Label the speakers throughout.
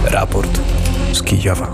Speaker 1: Raport z Kijowa.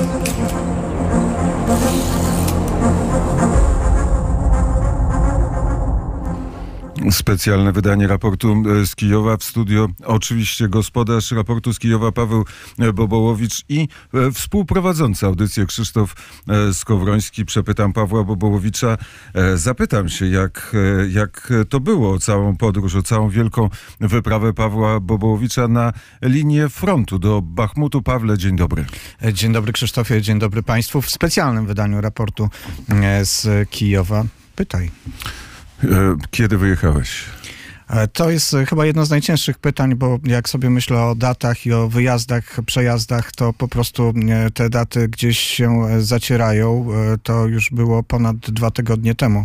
Speaker 2: Specjalne wydanie raportu z Kijowa. W studio oczywiście gospodarz raportu z Kijowa Paweł Bobołowicz i współprowadzący audycję Krzysztof Skowroński. Przepytam Pawła Bobołowicza. Zapytam się, jak to było, całą podróż, o całą wielką wyprawę Pawła Bobołowicza na linię frontu do Bachmutu. Pawle, dzień dobry.
Speaker 3: Dzień dobry Krzysztofie, dzień dobry Państwu. W specjalnym wydaniu raportu z Kijowa. Pytaj.
Speaker 2: Kiedy wyjechałeś?
Speaker 3: To jest chyba jedno z najcięższych pytań, bo jak sobie myślę o datach i o wyjazdach, przejazdach, to po prostu te daty gdzieś się zacierają. To już było ponad 2 tygodnie temu.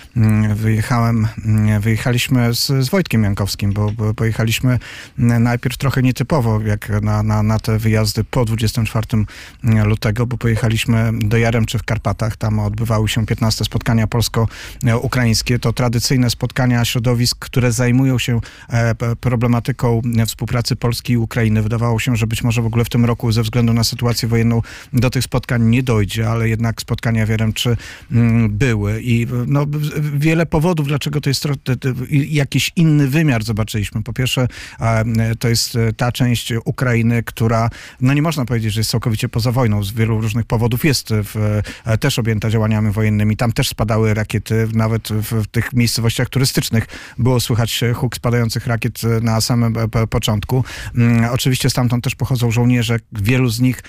Speaker 3: Wyjechaliśmy z Wojtkiem Jankowskim, bo pojechaliśmy najpierw trochę nietypowo, jak na te wyjazdy po 24 lutego, bo pojechaliśmy do Jaremczy w Karpatach. Tam odbywały się 15 spotkania polsko-ukraińskie. To tradycyjne spotkania środowisk, które zajmują się problematyką współpracy Polski i Ukrainy. Wydawało się, że być może w ogóle w tym roku ze względu na sytuację wojenną do tych spotkań nie dojdzie, ale jednak spotkania w Jaremczy były i wiele powodów, dlaczego to jest jakiś inny wymiar zobaczyliśmy. Po pierwsze, to jest ta część Ukrainy, która, nie można powiedzieć, że jest całkowicie poza wojną. Z wielu różnych powodów jest też objęta działaniami wojennymi. Tam też spadały rakiety, nawet w tych miejscowościach turystycznych było słychać huk spadających rakiet na samym początku. Oczywiście stamtąd też pochodzą żołnierze. Wielu z nich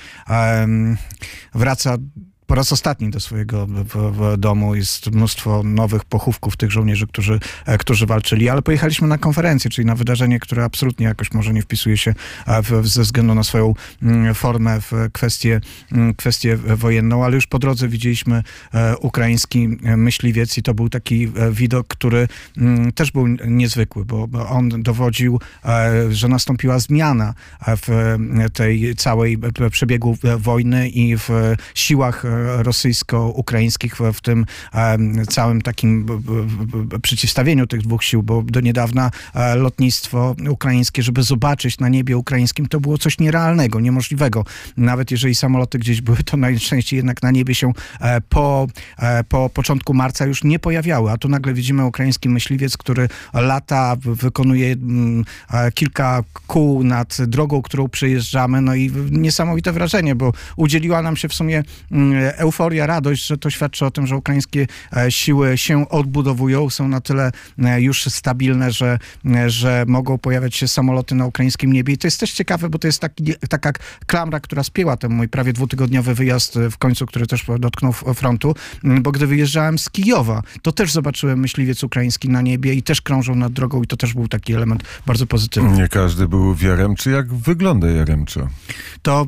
Speaker 3: wraca po raz ostatni do swojego domu. Jest mnóstwo nowych pochówków tych żołnierzy, którzy walczyli, ale pojechaliśmy na konferencję, czyli na wydarzenie, które absolutnie jakoś może nie wpisuje się ze względu na swoją formę w kwestię wojenną, ale już po drodze widzieliśmy ukraiński myśliwiec i to był taki widok, który też był niezwykły, bo on dowodził, że nastąpiła zmiana w tej całej przebiegu wojny i w siłach rosyjsko-ukraińskich w tym całym takim przeciwstawieniu tych dwóch sił, bo do niedawna lotnictwo ukraińskie, żeby zobaczyć na niebie ukraińskim, to było coś nierealnego, niemożliwego. Nawet jeżeli samoloty gdzieś były, to najczęściej jednak na niebie się po początku marca już nie pojawiały, a tu nagle widzimy ukraiński myśliwiec, który lata, wykonuje kilka kół nad drogą, którą przejeżdżamy, i niesamowite wrażenie, bo udzieliła nam się w sumie euforia, radość, że to świadczy o tym, że ukraińskie siły się odbudowują, są na tyle już stabilne, że mogą pojawiać się samoloty na ukraińskim niebie. I to jest też ciekawe, bo to jest taka klamra, która spięła ten mój prawie 2-tygodniowy wyjazd w końcu, który też dotknął frontu, bo gdy wyjeżdżałem z Kijowa, to też zobaczyłem myśliwiec ukraiński na niebie i też krążył nad drogą i to też był taki element bardzo pozytywny.
Speaker 2: Nie każdy był w Jaremczy. Jak wygląda Jaremcza?
Speaker 3: To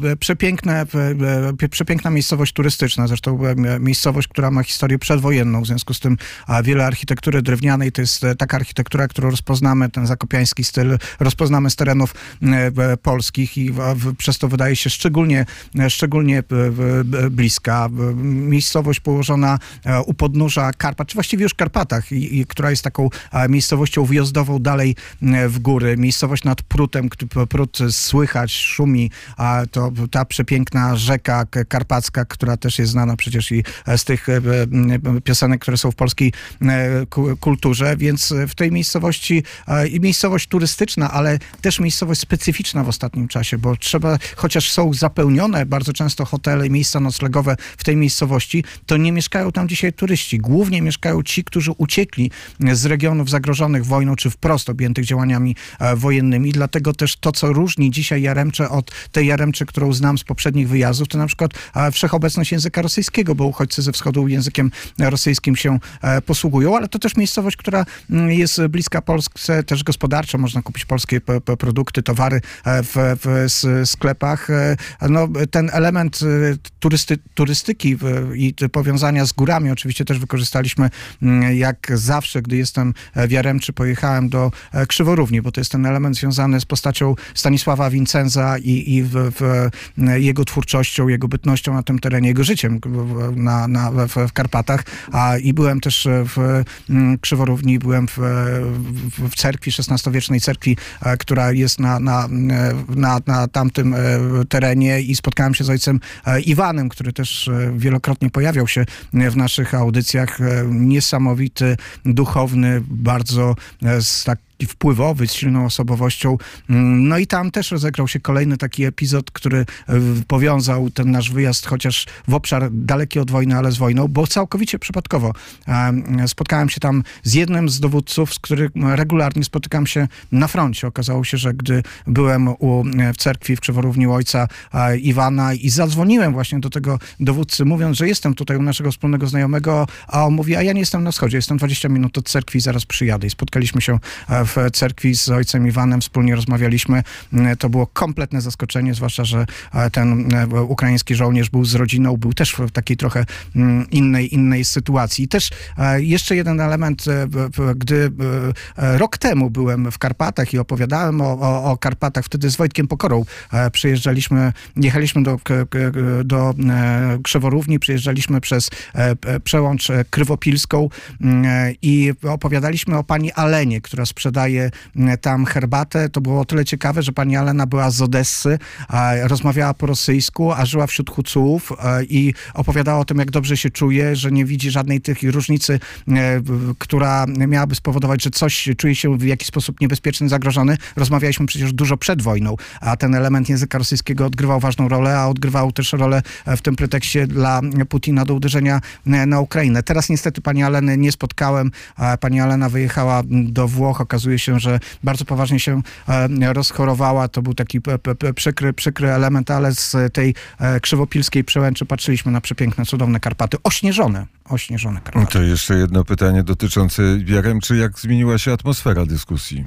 Speaker 3: przepiękna miejscowość turystyczna, zresztą miejscowość, która ma historię przedwojenną, w związku z tym wiele architektury drewnianej, to jest taka architektura, którą rozpoznamy, ten zakopiański styl, rozpoznamy z terenów polskich i przez to wydaje się szczególnie bliska. Miejscowość położona u podnóża Karpat, czy właściwie już Karpatach, i która jest taką miejscowością wjazdową dalej w góry. Miejscowość nad Prutem, Prut słychać, szumi, to ta przepiękna rzeka karpacka, która też jest znana przecież i z tych piosenek, które są w polskiej kulturze, więc w tej miejscowości i miejscowość turystyczna, ale też miejscowość specyficzna w ostatnim czasie, bo chociaż są zapełnione bardzo często hotele i miejsca noclegowe w tej miejscowości, to nie mieszkają tam dzisiaj turyści. Głównie mieszkają ci, którzy uciekli z regionów zagrożonych wojną, czy wprost objętych działaniami wojennymi. Dlatego też to, co różni dzisiaj Jaremczę od tej Jaremczy, którą znam z poprzednich wyjazdów, to na przykład wszechobecność języka rosyjskiego, bo uchodźcy ze wschodu językiem rosyjskim się posługują, ale to też miejscowość, która jest bliska Polsce, też gospodarczo. Można kupić polskie produkty, towary w sklepach. Ten element turystyki i powiązania z górami oczywiście też wykorzystaliśmy jak zawsze, gdy jestem w Jaremczy, pojechałem do Krzyworówni, bo to jest ten element związany z postacią Stanisława Wincenza i jego twórczością, jego bytnością na tym terenie, jego życiem życiem w Karpatach, i byłem też w Krzyworówni, byłem w cerkwi, XVI-wiecznej cerkwi, która jest na tamtym terenie, i spotkałem się z ojcem Iwanem, który też wielokrotnie pojawiał się w naszych audycjach. Niesamowity, duchowny, bardzo taki wpływowy, z silną osobowością. No i tam też rozegrał się kolejny taki epizod, który powiązał ten nasz wyjazd chociaż w obszar daleki od wojny, ale z wojną, bo całkowicie przypadkowo spotkałem się tam z jednym z dowódców, z którym regularnie spotykam się na froncie. Okazało się, że gdy byłem w cerkwi w Krzyworówni u ojca Iwana i zadzwoniłem właśnie do tego dowódcy, mówiąc, że jestem tutaj u naszego wspólnego znajomego, a on mówi, a ja nie jestem na wschodzie, jestem 20 minut od cerkwi, zaraz przyjadę. I spotkaliśmy się w cerkwi z ojcem Iwanem, wspólnie rozmawialiśmy. To było kompletne zaskoczenie, zwłaszcza, że ten ukraiński żołnierz był z rodziną, był też w takiej trochę innej sytuacji. I też jeszcze jeden element, gdy rok temu byłem w Karpatach i opowiadałem o Karpatach, wtedy z Wojtkiem Pokorą jechaliśmy do Krzyworówni, przyjeżdżaliśmy przez przełącz Krywopilską i opowiadaliśmy o pani Alenie, która sprzedaje tam herbatę. To było o tyle ciekawe, że pani Alena była z Odessy, rozmawiała po rosyjsku, a żyła wśród Hucułów i opowiadała o tym, jak dobrze się czuje, że nie widzi żadnej tych różnicy, która miałaby spowodować, że coś czuje się w jakiś sposób niebezpieczny, zagrożony. Rozmawialiśmy przecież dużo przed wojną, a ten element języka rosyjskiego odgrywał ważną rolę, a odgrywał też rolę w tym pretekście dla Putina do uderzenia na Ukrainę. Teraz niestety pani Aleny nie spotkałem. Pani Alena wyjechała do Włoch. Okazuje się, że bardzo poważnie się rozchorowała. To był taki przykry element, ale z tej krzywopilskiej przełęczy patrzyliśmy na przepiękne, cudowne Karpaty. Ośnieżone Karpaty.
Speaker 2: To jeszcze jedno pytanie dotyczące Jaremczy. Jak zmieniła się atmosfera dyskusji?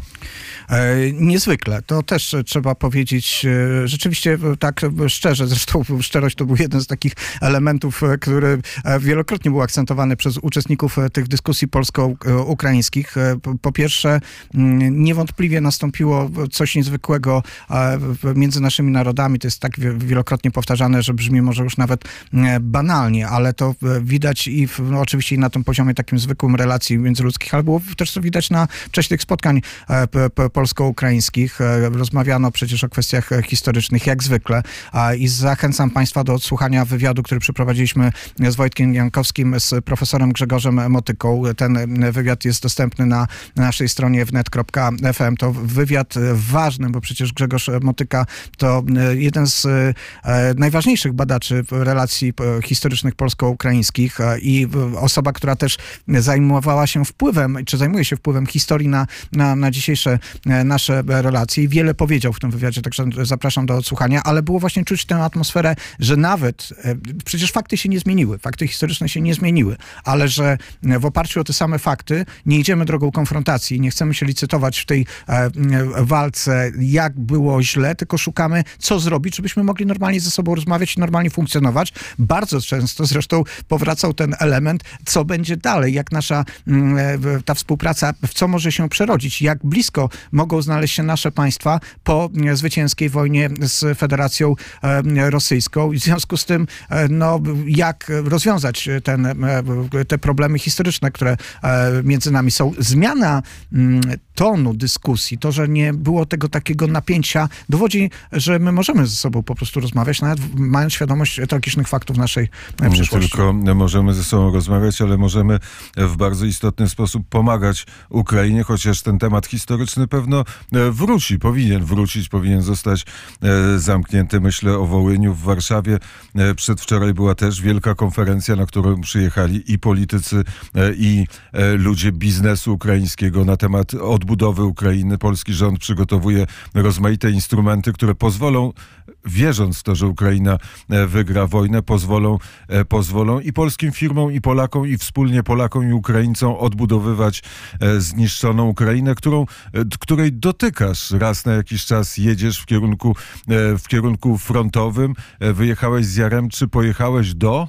Speaker 3: Niezwykle. To też trzeba powiedzieć rzeczywiście tak szczerze. Zresztą szczerość to był jeden z takich elementów, który wielokrotnie był akcentowany przez uczestników tych dyskusji polsko-ukraińskich. Po pierwsze, niewątpliwie nastąpiło coś niezwykłego między naszymi narodami. To jest tak wielokrotnie powtarzane, że brzmi może już nawet banalnie, ale to widać oczywiście i na tym poziomie takim zwykłym relacji międzyludzkich, ale było też to widać na wcześniejszych spotkań polsko-ukraińskich. Rozmawiano przecież o kwestiach historycznych, jak zwykle. I zachęcam Państwa do odsłuchania wywiadu, który przeprowadziliśmy z Wojtkiem Jankowskim, z profesorem Grzegorzem Motyką. Ten wywiad jest dostępny na naszej stronie wnet.fm. To wywiad ważny, bo przecież Grzegorz Motyka to jeden z najważniejszych badaczy relacji historycznych polsko-ukraińskich i osoba, która też zajmowała się wpływem, czy zajmuje się wpływem historii na dzisiejsze nasze relacje. I wiele powiedział w tym wywiadzie, także zapraszam do odsłuchania, ale było właśnie czuć tę atmosferę, że nawet, przecież fakty się nie zmieniły, fakty historyczne się nie zmieniły, ale że w oparciu o te same fakty nie idziemy drogą konfrontacji, nie chcemy się licytować w tej walce, jak było źle, tylko szukamy, co zrobić, żebyśmy mogli normalnie ze sobą rozmawiać i normalnie funkcjonować. Bardzo często zresztą powracał ten element, co będzie dalej, jak nasza ta współpraca, w co może się przerodzić, jak blisko mogą znaleźć się nasze państwa po zwycięskiej wojnie z Federacją Rosyjską. I w związku z tym, jak rozwiązać te problemy historyczne, które między nami są. Zmiana tonu dyskusji, to, że nie było tego takiego napięcia, dowodzi, że my możemy ze sobą po prostu rozmawiać, nawet mając świadomość tragicznych faktów naszej przyszłości.
Speaker 2: Nie tylko możemy ze sobą rozmawiać, ale możemy w bardzo istotny sposób pomagać Ukrainie, chociaż ten temat historyczny pewno powinien zostać zamknięty. Myślę o Wołyniu w Warszawie. Przedwczoraj była też wielka konferencja, na którą przyjechali i politycy, i ludzie biznesu ukraińskiego na temat odbudowy Ukrainy. Polski rząd przygotowuje rozmaite instrumenty, które pozwolą, wierząc w to, że Ukraina wygra wojnę, pozwolą i polskim firmom, i Polakom, i wspólnie Polakom i Ukraińcom odbudowywać zniszczoną Ukrainę, której dotykasz raz na jakiś czas, jedziesz w kierunku frontowym. Wyjechałeś z Jaremczy, pojechałeś do...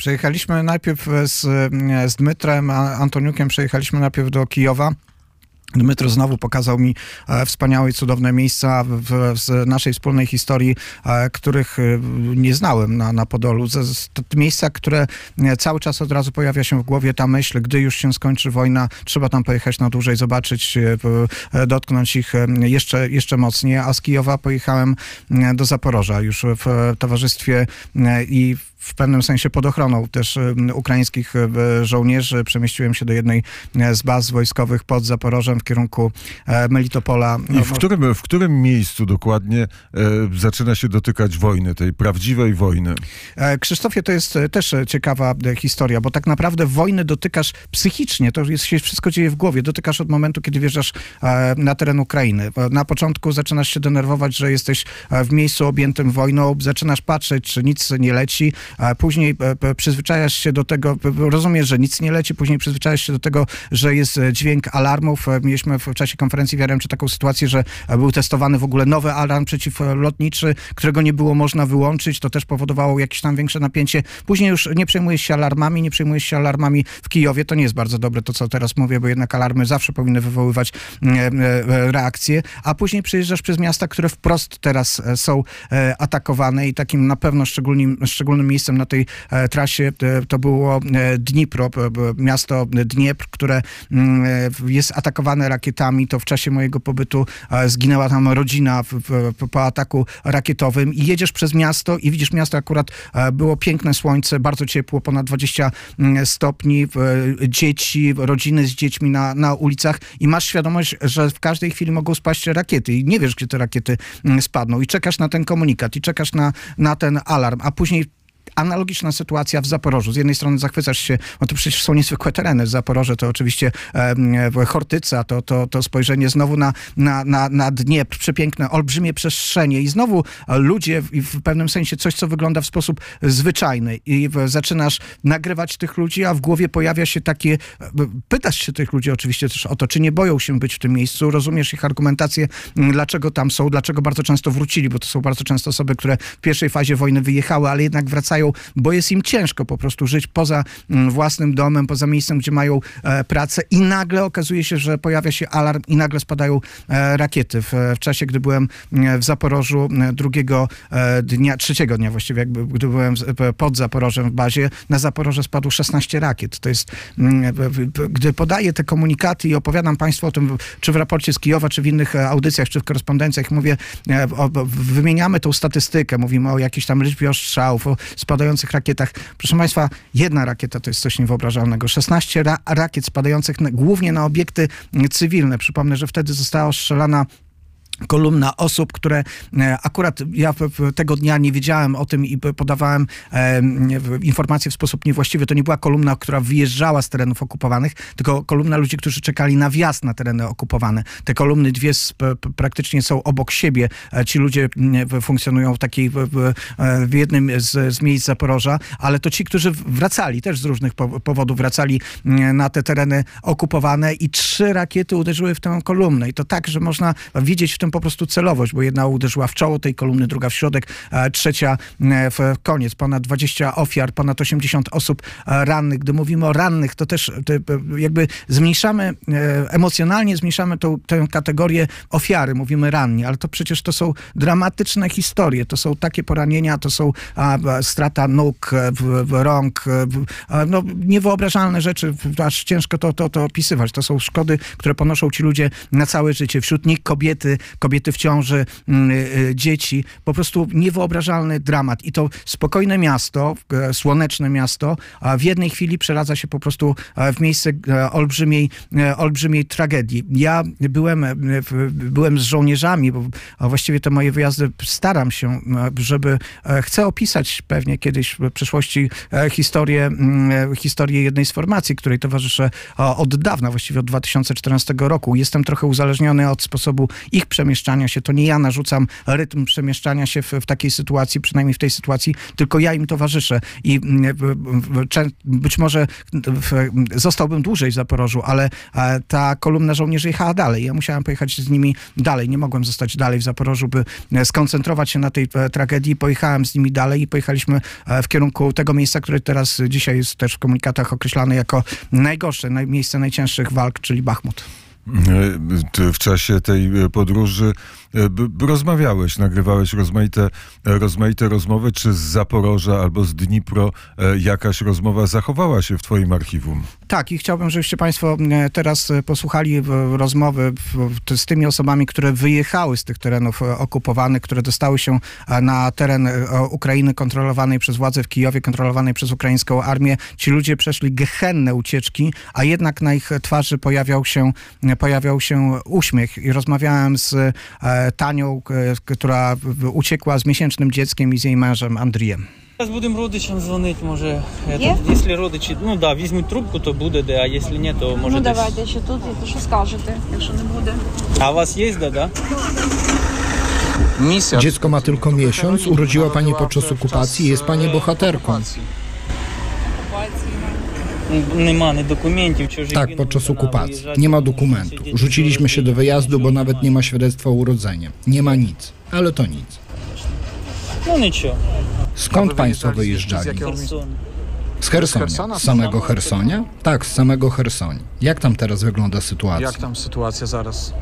Speaker 3: Przejechaliśmy najpierw z Dmytrem Antoniukiem, przejechaliśmy najpierw do Kijowa. Dmytro znowu pokazał mi wspaniałe i cudowne miejsca z naszej wspólnej historii, których nie znałem na Podolu. Miejsca, które cały czas od razu pojawia się w głowie ta myśl, gdy już się skończy wojna, trzeba tam pojechać na dłużej, zobaczyć, dotknąć ich jeszcze mocniej. A z Kijowa pojechałem do Zaporoża już w towarzystwie i w pewnym sensie pod ochroną też ukraińskich żołnierzy. Przemieściłem się do jednej z baz wojskowych pod Zaporożem w kierunku Melitopola.
Speaker 2: I w którym miejscu dokładnie zaczyna się dotykać wojny, tej prawdziwej wojny?
Speaker 3: Krzysztofie, to jest też ciekawa historia, bo tak naprawdę wojny dotykasz psychicznie, to się wszystko dzieje w głowie. Dotykasz od momentu, kiedy wjeżdżasz na teren Ukrainy. Na początku zaczynasz się denerwować, że jesteś w miejscu objętym wojną, zaczynasz patrzeć, czy nic nie leci, a później przyzwyczajasz się do tego, rozumiesz, że nic nie leci, później przyzwyczajasz się do tego, że jest dźwięk alarmów. Mieliśmy w czasie konferencji w Jaremczy taką sytuację, że był testowany w ogóle nowy alarm przeciwlotniczy, którego nie było można wyłączyć. To też powodowało jakieś tam większe napięcie. Później już nie przejmujesz się alarmami w Kijowie. To nie jest bardzo dobre to, co teraz mówię, bo jednak alarmy zawsze powinny wywoływać reakcje. A później przejeżdżasz przez miasta, które wprost teraz są atakowane i takim na pewno szczególnym miejscem na tej trasie to było Dnipro, miasto Dniepr, które jest atakowane rakietami. To w czasie mojego pobytu zginęła tam rodzina po ataku rakietowym i jedziesz przez miasto i widzisz miasto, akurat było piękne słońce, bardzo ciepło, ponad 20 stopni, dzieci, rodziny z dziećmi na ulicach i masz świadomość, że w każdej chwili mogą spaść rakiety i nie wiesz, gdzie te rakiety spadną i czekasz na ten komunikat i czekasz na ten alarm, a później analogiczna sytuacja w Zaporożu. Z jednej strony zachwycasz się, bo to przecież są niezwykłe tereny. Zaporoże to oczywiście Chortyca, to spojrzenie znowu na Dniepr, przepiękne, olbrzymie przestrzenie i znowu ludzie w pewnym sensie coś, co wygląda w sposób zwyczajny i zaczynasz nagrywać tych ludzi, a w głowie pojawia się takie, pytasz się tych ludzi oczywiście też o to, czy nie boją się być w tym miejscu, rozumiesz ich argumentację, dlaczego tam są, dlaczego bardzo często wrócili, bo to są bardzo często osoby, które w pierwszej fazie wojny wyjechały, ale jednak wracają, bo jest im ciężko po prostu żyć poza własnym domem, poza miejscem, gdzie mają pracę i nagle okazuje się, że pojawia się alarm i nagle spadają rakiety. W czasie, gdy byłem w Zaporożu trzeciego dnia właściwie, gdy byłem pod Zaporożem w bazie, na Zaporoże spadło 16 rakiet. To jest, gdy podaję te komunikaty i opowiadam Państwu o tym, czy w raporcie z Kijowa, czy w innych audycjach, czy w korespondencjach, mówię, wymieniamy tą statystykę, mówimy o jakiejś tam liczbie ostrzałów, o spadających rakietach. Proszę Państwa, jedna rakieta to jest coś niewyobrażalnego. 16 rakiet spadających głównie na obiekty cywilne. Przypomnę, że wtedy została ostrzelana kolumna osób, które akurat ja tego dnia nie wiedziałem o tym i podawałem informacje w sposób niewłaściwy. To nie była kolumna, która wyjeżdżała z terenów okupowanych, tylko kolumna ludzi, którzy czekali na wjazd na tereny okupowane. Te kolumny dwie praktycznie są obok siebie. Ci ludzie funkcjonują w jednym z miejsc Zaporoża, ale to ci, którzy wracali też z różnych powodów, wracali na te tereny okupowane i 3 rakiety uderzyły w tę kolumnę. I to tak, że można widzieć w tym po prostu celowość, bo jedna uderzyła w czoło tej kolumny, druga w środek, trzecia w koniec. Ponad 20 ofiar, ponad 80 osób rannych. Gdy mówimy o rannych, to też jakby zmniejszamy, emocjonalnie zmniejszamy tę kategorię ofiary. Mówimy ranni, ale to przecież to są dramatyczne historie. To są takie poranienia, to są strata nóg, rąk, niewyobrażalne rzeczy, aż ciężko to opisywać. To są szkody, które ponoszą ci ludzie na całe życie. Wśród nich kobiety w ciąży, dzieci. Po prostu niewyobrażalny dramat. I to spokojne miasto, słoneczne miasto, w jednej chwili przeradza się po prostu w miejsce olbrzymiej tragedii. Ja byłem z żołnierzami, bo właściwie te moje wyjazdy staram się, chcę opisać pewnie kiedyś w przyszłości historię jednej z formacji, której towarzyszę od dawna, właściwie od 2014 roku. Jestem trochę uzależniony od sposobu ich przemieszczania się. To nie ja narzucam rytm przemieszczania się w takiej sytuacji, przynajmniej w tej sytuacji, tylko ja im towarzyszę. I być może zostałbym dłużej w Zaporożu, ale ta kolumna żołnierzy jechała dalej. Ja musiałem pojechać z nimi dalej. Nie mogłem zostać dalej w Zaporożu, by skoncentrować się na tej tragedii. Pojechałem z nimi dalej i pojechaliśmy w kierunku tego miejsca, które dzisiaj jest też w komunikatach określane jako najgorsze, miejsce najcięższych walk, czyli Bachmut.
Speaker 2: Ty w czasie tej podróży rozmawiałeś, nagrywałeś rozmaite rozmowy. Czy z Zaporoża albo z Dnipro jakaś rozmowa zachowała się w twoim archiwum?
Speaker 3: Tak, i chciałbym, żebyście państwo teraz posłuchali rozmowy z tymi osobami, które wyjechały z tych terenów okupowanych, które dostały się na teren Ukrainy kontrolowanej przez władze w Kijowie, kontrolowanej przez ukraińską armię. Ci ludzie przeszli gehenne ucieczki, a jednak na ich twarzy pojawiał się uśmiech. I rozmawiałem z Tanią, która uciekła z miesięcznym dzieckiem i z jej mężem Андрієм.
Speaker 4: Зараз будемо родичам дзвонити, може, якщо родичі, візьмуть трубку, то буде, а якщо ні, то може десь.
Speaker 5: Давайте ще тут, що скажете, якщо не буде.
Speaker 4: А у вас є, да?
Speaker 6: Dziecko ma tylko miesiąc, urodziła pani podczas okupacji, jest pani bohaterką.
Speaker 4: Нема ні документів.
Speaker 6: Tak, podczas okupacji. Nie ma dokumentu. Rzuciliśmy się do wyjazdu, bo nawet nie ma świadectwa o urodzeniu. Nie ma nic. Ale to nic.
Speaker 4: No нічого.
Speaker 6: Skąd państwo wyjeżdżali?
Speaker 4: Херсон.
Speaker 6: Z Chersonia. Z samego Chersonia? Tak, z samego Chersonia. Jak tam teraz wygląda sytuacja?
Speaker 1: Jak tam sytuacja zaraz?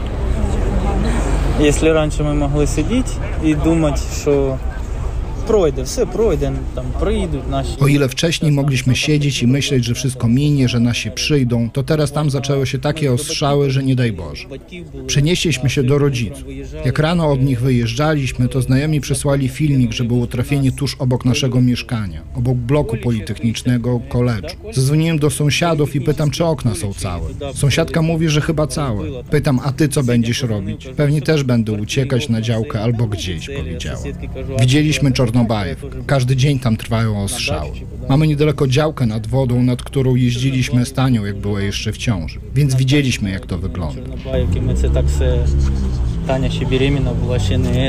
Speaker 4: Якщо раніше ми могли сидіти і думати, що пройде, все пройде, там прийдуть наші.
Speaker 6: O ile wcześniej mogliśmy siedzieć i myśleć, że wszystko minie, że nasi przyjdą, to teraz tam zaczęły się takie ostrzały, że nie daj Boże. Przenieśliśmy się do rodziców. Jak rano od nich wyjeżdżaliśmy, to znajomi przysłali filmik, że było trafienie tuż obok naszego mieszkania, obok bloku politechnicznego, koledżu. Zadzwoniłem do sąsiadów i pytam, czy okna są całe. Sąsiadka mówi, że chyba całe. Pytam, a ty co będziesz robić? Pewnie też będę uciekać na działkę albo gdzieś, powiedziała. Widzieliśmy Czornobajów. Każdy dzień tam trwają ostrzały. Mamy niedaleko działkę nad wodą, nad którą jeździliśmy z Tanią, jak była jeszcze w ciąży. Więc widzieliśmy, jak to wygląda.
Speaker 4: Ми це так все, Таня ще беременна була, ще не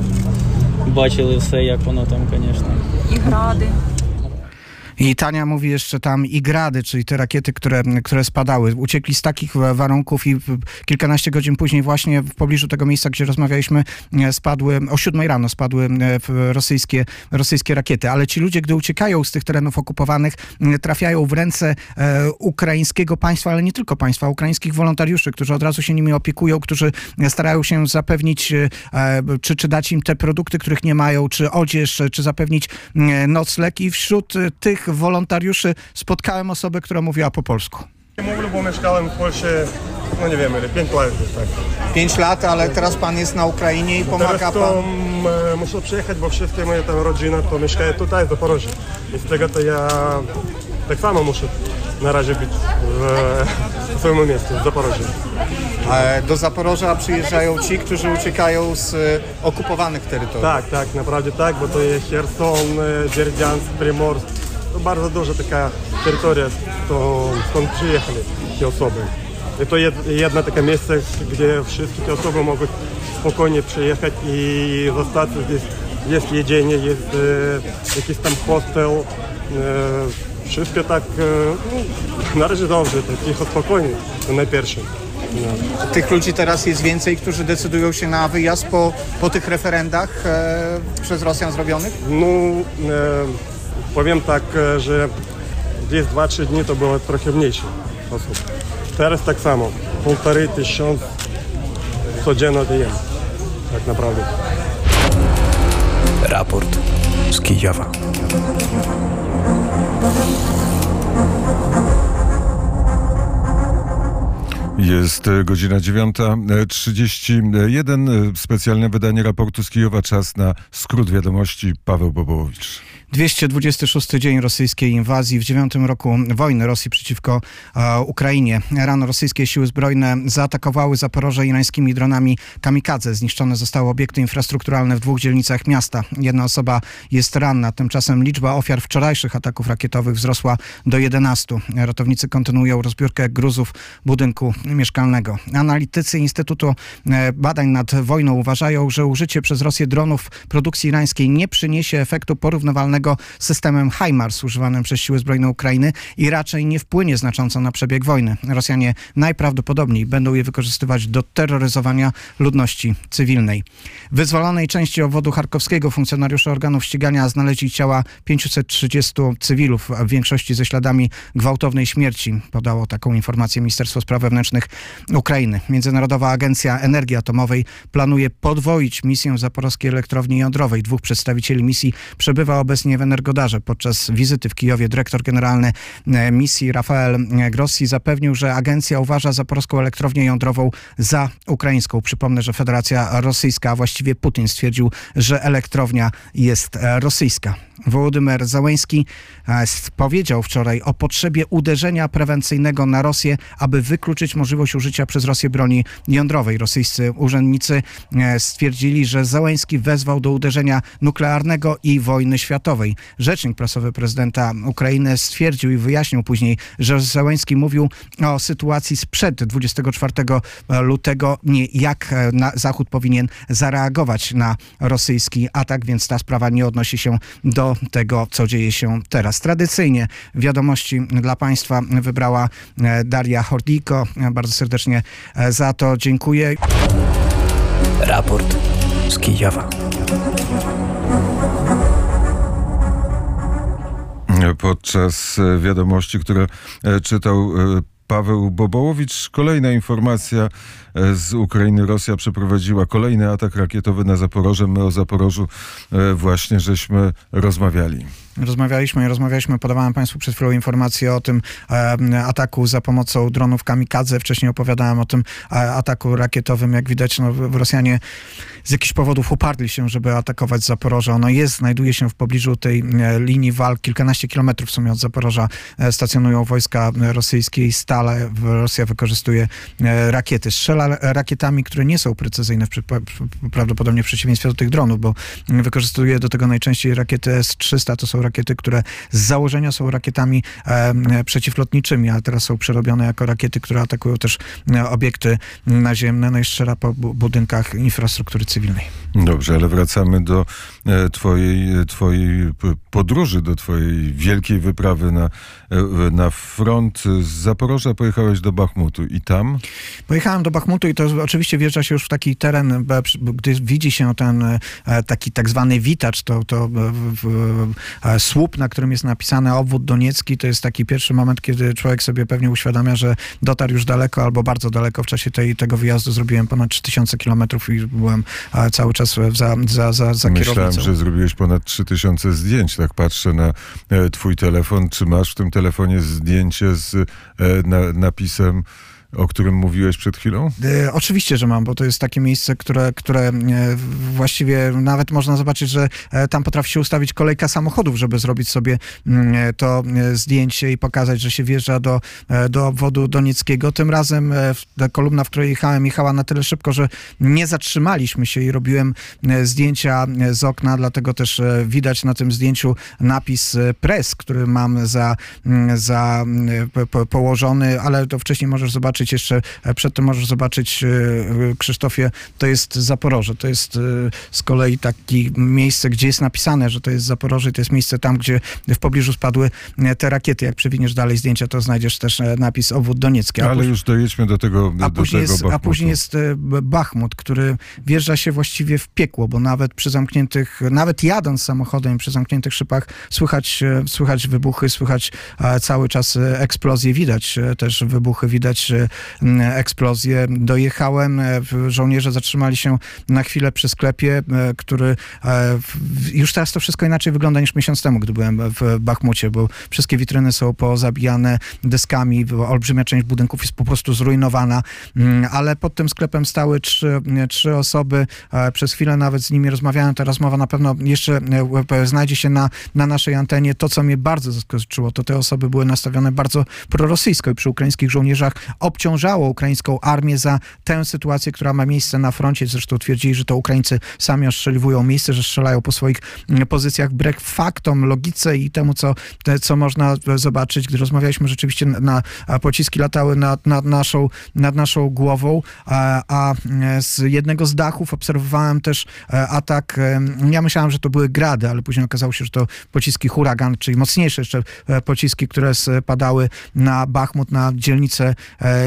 Speaker 4: бачили все, як воно там, звісно.
Speaker 5: І гради.
Speaker 3: I Tania mówi jeszcze tam i grady, czyli te rakiety, które spadały. Uciekli z takich warunków i kilkanaście godzin później właśnie w pobliżu tego miejsca, gdzie rozmawialiśmy, o 7 rano spadły rosyjskie rakiety. Ale ci ludzie, gdy uciekają z tych terenów okupowanych, trafiają w ręce ukraińskiego państwa, ale nie tylko państwa, ukraińskich wolontariuszy, którzy od razu się nimi opiekują, którzy starają się zapewnić, czy dać im te produkty, których nie mają, czy odzież, czy zapewnić nocleg. I wśród tych wolontariuszy spotkałem osobę, która mówiła po polsku.
Speaker 7: Mówię, bo mieszkałem w Polsce, nie wiem, 5 lat już tak.
Speaker 8: 5 lat, ale teraz pan jest na Ukrainie i pomaga
Speaker 7: teraz to muszę przyjechać, bo wszystkie moja tam rodzina to mieszkają tutaj w Zaporożu. I z tego to ja tak samo muszę na razie być w swoim miejscu, w Zaporożu.
Speaker 8: Do Zaporoża przyjeżdżają ci, którzy uciekają z okupowanych terytoriów.
Speaker 7: Tak, naprawdę tak, bo to jest Cherson, Dzierdziansk, Primorsk. To bardzo duża taka terytoria, to skąd przyjechali te osoby. I to jedno takie miejsce, gdzie wszystkie te osoby mogą spokojnie przyjechać i zostać. Jest jedzenie, jest jakiś tam hostel. Wszystko tak, na razie dobrze, tak cicho, spokojnie, to najpierwsze.
Speaker 8: Tych ludzi teraz jest więcej, którzy decydują się na wyjazd po tych referendach przez Rosjan zrobionych?
Speaker 7: Powiem tak, że gdzieś 2-3 dni to było trochę mniejsze osób. Teraz tak samo, 1500 codziennie to jest, tak naprawdę.
Speaker 1: Raport z Kijowa.
Speaker 2: Jest godzina 9:31. Specjalne wydanie raportu z Kijowa. Czas na skrót wiadomości. Paweł Bobołowicz.
Speaker 3: 226 dzień rosyjskiej inwazji w 9. roku wojny Rosji przeciwko Ukrainie. Rano rosyjskie siły zbrojne zaatakowały Zaporoże irańskimi dronami kamikadze. Zniszczone zostały obiekty infrastrukturalne w 2 dzielnicach miasta. 1 osoba jest ranna. Tymczasem liczba ofiar wczorajszych ataków rakietowych wzrosła do 11. Ratownicy kontynuują rozbiórkę gruzów budynku mieszkalnego. Analitycy Instytutu Badań nad Wojną uważają, że użycie przez Rosję dronów produkcji irańskiej nie przyniesie efektu porównywalnego z systemem HIMARS używanym przez siły zbrojne Ukrainy i raczej nie wpłynie znacząco na przebieg wojny. Rosjanie najprawdopodobniej będą je wykorzystywać do terroryzowania ludności cywilnej. W wyzwolonej części obwodu charkowskiego funkcjonariusze organów ścigania znaleźli ciała 530 cywilów, w większości ze śladami gwałtownej śmierci. Podało taką informację Ministerstwo Spraw Wewnętrznych Atomowycznych Ukrainy. Międzynarodowa Agencja Energii Atomowej planuje podwoić misję w zaporowskiej elektrowni jądrowej. 2 przedstawicieli misji przebywa obecnie w Energodarze. Podczas wizyty w Kijowie dyrektor generalny misji Rafael Grossi zapewnił, że agencja uważa zaporowską elektrownię jądrową za ukraińską. Przypomnę, że Federacja Rosyjska, a właściwie Putin stwierdził, że elektrownia jest rosyjska. Wołodymyr Zełenski powiedział wczoraj o potrzebie uderzenia prewencyjnego na Rosję, aby wykluczyć możliwość użycia przez Rosję broni jądrowej. Rosyjscy urzędnicy stwierdzili, że Zełenski wezwał do uderzenia nuklearnego i wojny światowej. Rzecznik prasowy prezydenta Ukrainy stwierdził i wyjaśnił później, że Zełenski mówił o sytuacji sprzed 24 lutego, nie jak Zachód powinien zareagować na rosyjski atak, więc ta sprawa nie odnosi się do tego, co dzieje się teraz. Tradycyjnie wiadomości dla Państwa wybrała Daria Hordiko. Bardzo serdecznie za to dziękuję.
Speaker 1: Raport z Kijowa.
Speaker 2: Podczas wiadomości, które czytał Paweł Bobołowicz, kolejna informacja z Ukrainy. Rosja przeprowadziła kolejny atak rakietowy na Zaporoże. My o Zaporożu właśnie żeśmy rozmawiali.
Speaker 3: Rozmawialiśmy. Podawałem Państwu przed chwilą informację o tym ataku za pomocą dronów kamikadze. Wcześniej opowiadałem o tym ataku rakietowym. Jak widać, Rosjanie z jakichś powodów uparli się, żeby atakować Zaporoże. Ono znajduje się w pobliżu tej linii walk. Kilkanaście kilometrów w sumie od Zaporoża stacjonują wojska rosyjskie i stale Rosja wykorzystuje rakiety. Strzela rakietami, które nie są precyzyjne, prawdopodobnie w przeciwieństwie do tych dronów, bo wykorzystuje do tego najczęściej rakiety S-300. To są rakiety, które z założenia są rakietami przeciwlotniczymi, a teraz są przerobione jako rakiety, które atakują też obiekty naziemne, no i strzela po budynkach infrastruktury cywilnej.
Speaker 2: Dobrze, ale wracamy do twojej podróży, do twojej wielkiej wyprawy na front. Z Zaporoża pojechałeś do Bachmutu i tam?
Speaker 3: Pojechałem do Bachmutu i to oczywiście wjeżdża się już w taki teren, gdy widzi się ten taki tak zwany witacz, to słup, na którym jest napisane obwód doniecki. To jest taki pierwszy moment, kiedy człowiek sobie pewnie uświadamia, że dotarł już daleko albo bardzo daleko. W czasie tego wyjazdu zrobiłem ponad 3000 kilometrów i byłem cały czas za kierownicą.
Speaker 2: Myślałem, że zrobiłeś ponad 3000 zdjęć. Tak patrzę na twój telefon. Czy masz w tym telefonie zdjęcie z napisem, o którym mówiłeś przed chwilą?
Speaker 3: Oczywiście, że mam, bo to jest takie miejsce, które właściwie nawet można zobaczyć, że tam potrafi się ustawić kolejka samochodów, żeby zrobić sobie to zdjęcie i pokazać, że się wjeżdża do obwodu donieckiego. Tym razem ta kolumna, w której jechała na tyle szybko, że nie zatrzymaliśmy się i robiłem zdjęcia z okna, dlatego też widać na tym zdjęciu napis press, który mam położony, ale to wcześniej możesz zobaczyć jeszcze, przedtem możesz zobaczyć, Krzysztofie, to jest Zaporoże. To jest z kolei takie miejsce, gdzie jest napisane, że to jest Zaporoże. To jest miejsce tam, gdzie w pobliżu spadły te rakiety. Jak przewiniesz dalej zdjęcia, to znajdziesz też napis obwód doniecki.
Speaker 2: Ale już dojedźmy do tego Bachmutu.
Speaker 3: A później jest Bachmut, który wjeżdża się właściwie w piekło, bo nawet jadąc samochodem przy zamkniętych szybach słychać wybuchy, słychać cały czas eksplozje, widać też wybuchy, widać eksplozję. Dojechałem, żołnierze zatrzymali się na chwilę przy sklepie, który już teraz to wszystko inaczej wygląda niż miesiąc temu, gdy byłem w Bachmucie, bo wszystkie witryny są pozabijane deskami, olbrzymia część budynków jest po prostu zrujnowana, ale pod tym sklepem stały trzy osoby. Przez chwilę nawet z nimi rozmawiałem. Ta rozmowa na pewno jeszcze znajdzie się na naszej antenie. To, co mnie bardzo zaskoczyło, to te osoby były nastawione bardzo prorosyjsko i przy ukraińskich żołnierzach obciążało ukraińską armię za tę sytuację, która ma miejsce na froncie. Zresztą twierdzili, że to Ukraińcy sami ostrzeliwują miejsce, że strzelają po swoich pozycjach wbrew faktom, logice i temu, co można zobaczyć. Gdy rozmawialiśmy, rzeczywiście pociski latały nad naszą głową, a z jednego z dachów obserwowałem też atak. Ja myślałem, że to były grady, ale później okazało się, że to pociski Huragan, czyli mocniejsze jeszcze pociski, które spadały na Bachmut, na dzielnicę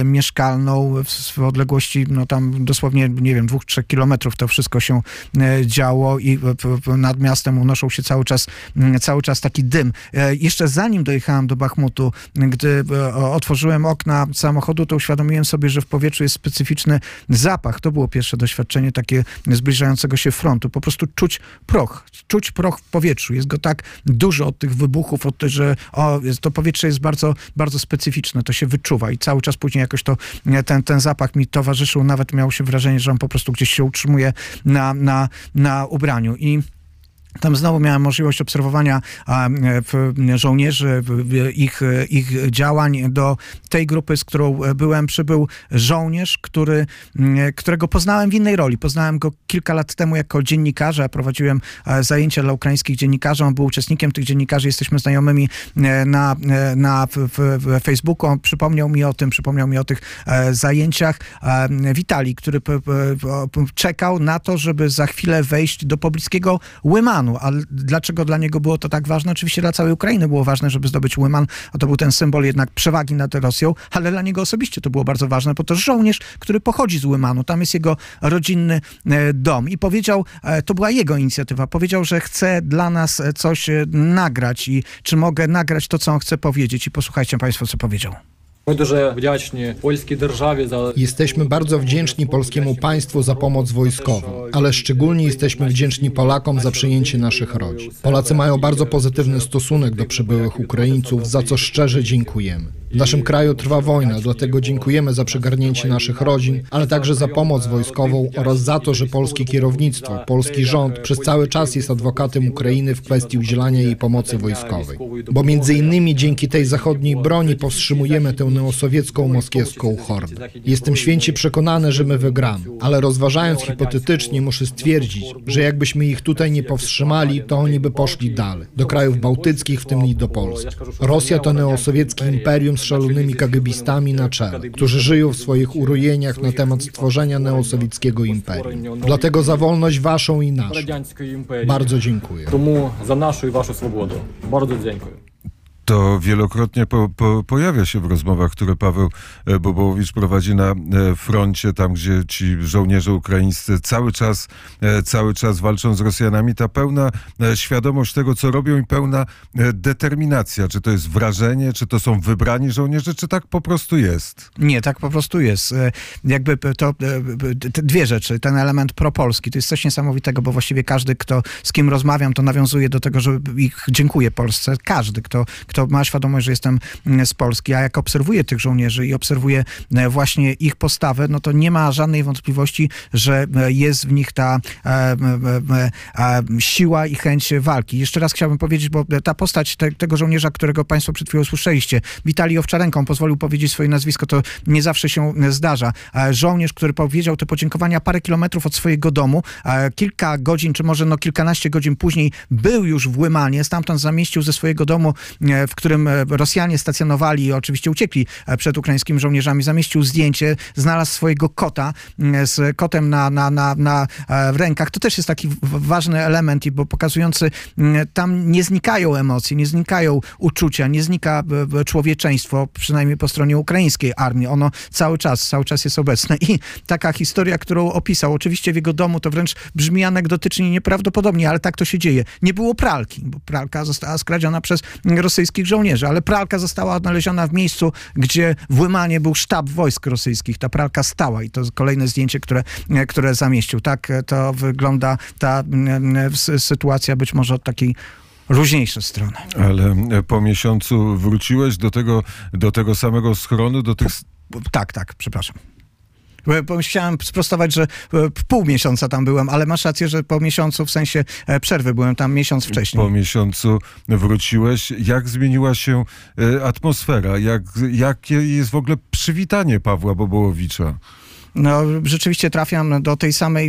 Speaker 3: mieszkalną w odległości, no tam dosłownie, nie wiem, 2-3 kilometrów to wszystko się działo i nad miastem unoszą się cały czas taki dym. Jeszcze zanim dojechałem do Bachmutu, gdy otworzyłem okna samochodu, to uświadomiłem sobie, że w powietrzu jest specyficzny zapach. To było pierwsze doświadczenie takie zbliżającego się frontu. Po prostu czuć proch w powietrzu. Jest go tak dużo od tych wybuchów, że to powietrze jest bardzo, bardzo specyficzne. To się wyczuwa i cały czas później jakoś ten zapach mi towarzyszył. Nawet miało się wrażenie, że on po prostu gdzieś się utrzymuje na ubraniu. I tam znowu miałem możliwość obserwowania żołnierzy, ich działań. Do tej grupy, z którą byłem, przybył żołnierz, którego poznałem w innej roli. Poznałem go kilka lat temu jako dziennikarza. Prowadziłem zajęcia dla ukraińskich dziennikarzy. On był uczestnikiem tych dziennikarzy. Jesteśmy znajomymi na Facebooku. On przypomniał mi o tych zajęciach. Witalij, który czekał na to, żeby za chwilę wejść do pobliskiego Łymanu. A dlaczego dla niego było to tak ważne? Oczywiście dla całej Ukrainy było ważne, żeby zdobyć Łyman, a to był ten symbol jednak przewagi nad Rosją, ale dla niego osobiście to było bardzo ważne, bo to żołnierz, który pochodzi z Łymanu, tam jest jego rodzinny dom i powiedział, to była jego inicjatywa, powiedział, że chce dla nas coś nagrać i czy mogę nagrać to, co on chce powiedzieć i posłuchajcie państwo, co powiedział.
Speaker 6: Jesteśmy bardzo wdzięczni polskiemu państwu za pomoc wojskową, ale szczególnie jesteśmy wdzięczni Polakom za przyjęcie naszych rodzin. Polacy mają bardzo pozytywny stosunek do przybyłych Ukraińców, za co szczerze dziękujemy. W naszym kraju trwa wojna, dlatego dziękujemy za przygarnięcie naszych rodzin, ale także za pomoc wojskową oraz za to, że polskie kierownictwo, polski rząd przez cały czas jest adwokatem Ukrainy w kwestii udzielania jej pomocy wojskowej. Bo między innymi dzięki tej zachodniej broni powstrzymujemy tę neosowiecką moskiewską hordę. Jestem święcie przekonany, że my wygramy, ale rozważając hipotetycznie muszę stwierdzić, że jakbyśmy ich tutaj nie powstrzymali, to oni by poszli dalej, do krajów bałtyckich, w tym i do Polski. Rosja to neosowieckie imperium z szalonymi kagebistami na czele, którzy żyją w swoich urojeniach na temat stworzenia neosowieckiego imperium. Dlatego za wolność waszą i naszą. Bardzo dziękuję.
Speaker 9: Тому за нашу і вашу свободу. Bardzo dziękuję.
Speaker 2: To wielokrotnie pojawia się w rozmowach, które Paweł Bobołowicz prowadzi na froncie, tam gdzie ci żołnierze ukraińscy cały czas walczą z Rosjanami. Ta pełna świadomość tego, co robią i pełna determinacja. Czy to jest wrażenie, czy to są wybrani żołnierze, czy tak po prostu jest?
Speaker 3: Nie, tak po prostu jest. Jakby to te dwie rzeczy. Ten element propolski, to jest coś niesamowitego, bo właściwie każdy, z kim rozmawiam, to nawiązuje do tego, że dziękuję Polsce. Każdy, kto ma świadomość, że jestem z Polski, a jak obserwuję tych żołnierzy i obserwuję właśnie ich postawę, no to nie ma żadnej wątpliwości, że jest w nich ta siła i chęć walki. Jeszcze raz chciałbym powiedzieć, bo ta postać tego żołnierza, którego państwo przed chwilą słyszeliście, Witalij Owczarenko, pozwolił powiedzieć swoje nazwisko, to nie zawsze się zdarza. Żołnierz, który powiedział te podziękowania parę kilometrów od swojego domu, kilka godzin, czy może kilkanaście godzin później był już w Łymanie, stamtąd zamieścił ze swojego domu, w którym Rosjanie stacjonowali i oczywiście uciekli przed ukraińskimi żołnierzami, zamieścił zdjęcie, znalazł swojego kota z kotem w rękach. To też jest taki ważny element, bo pokazujący, tam nie znikają emocje, nie znikają uczucia, nie znika człowieczeństwo, przynajmniej po stronie ukraińskiej armii. Ono cały czas jest obecne. I taka historia, którą opisał, oczywiście w jego domu to wręcz brzmi anegdotycznie nieprawdopodobnie, ale tak to się dzieje. Nie było pralki, bo pralka została skradziona przez rosyjskich żołnierzy, ale pralka została odnaleziona w miejscu, gdzie w Łymanie był sztab wojsk rosyjskich. Ta pralka stała i to kolejne zdjęcie, które zamieścił. Tak to wygląda ta sytuacja być może od takiej luźniejszej strony. Ale
Speaker 2: po miesiącu wróciłeś do tego samego schronu, do tych...
Speaker 3: Tak, przepraszam. Chciałem sprostować, że pół miesiąca tam byłem, ale masz rację, że po miesiącu, w sensie przerwy, byłem tam miesiąc wcześniej.
Speaker 2: Po miesiącu wróciłeś. Jak zmieniła się atmosfera? Jakie jest w ogóle przywitanie Pawła Bobołowicza?
Speaker 3: No, rzeczywiście trafiam do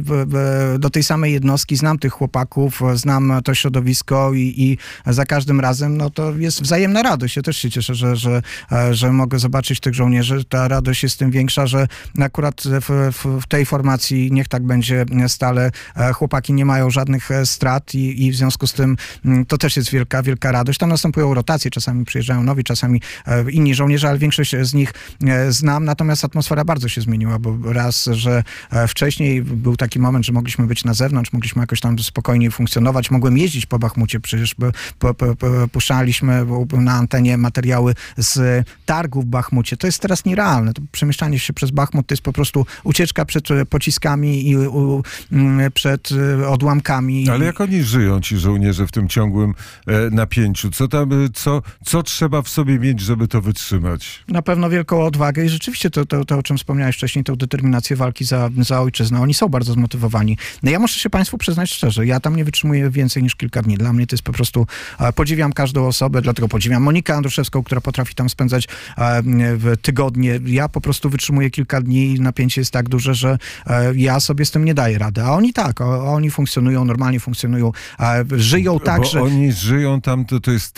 Speaker 3: tej samej jednostki, znam tych chłopaków, znam to środowisko i za każdym razem no to jest wzajemna radość. Ja też się cieszę, że mogę zobaczyć tych żołnierzy. Ta radość jest tym większa, że akurat w tej formacji, niech tak będzie stale, chłopaki nie mają żadnych strat i w związku z tym to też jest wielka radość. Tam następują rotacje, czasami przyjeżdżają nowi, czasami inni żołnierze, ale większość z nich znam, natomiast atmosfera bardzo się zmieniła, bo raz, że wcześniej był taki moment, że mogliśmy być na zewnątrz, mogliśmy jakoś tam spokojnie funkcjonować, mogłem jeździć po Bachmucie, przecież puszczaliśmy na antenie materiały z targów w Bachmucie. To jest teraz nierealne. To przemieszczanie się przez Bachmut to jest po prostu ucieczka przed pociskami i przed odłamkami.
Speaker 2: Ale jak oni żyją, ci żołnierze, w tym ciągłym napięciu? Co trzeba w sobie mieć, żeby to wytrzymać?
Speaker 3: Na pewno wielką odwagę i rzeczywiście to o czym wspomniałeś wcześniej, tę determinację walki za ojczyznę. Oni są bardzo zmotywowani. No ja muszę się Państwu przyznać szczerze, ja tam nie wytrzymuję więcej niż kilka dni. Dla mnie to jest po prostu, podziwiam każdą osobę, dlatego podziwiam Monikę Andruszewską, która potrafi tam spędzać tygodnie. Ja po prostu wytrzymuję kilka dni i napięcie jest tak duże, że ja sobie z tym nie daję rady. A oni tak, oni funkcjonują, normalnie funkcjonują, żyją tak,
Speaker 2: bo
Speaker 3: że...
Speaker 2: Oni żyją tam, to jest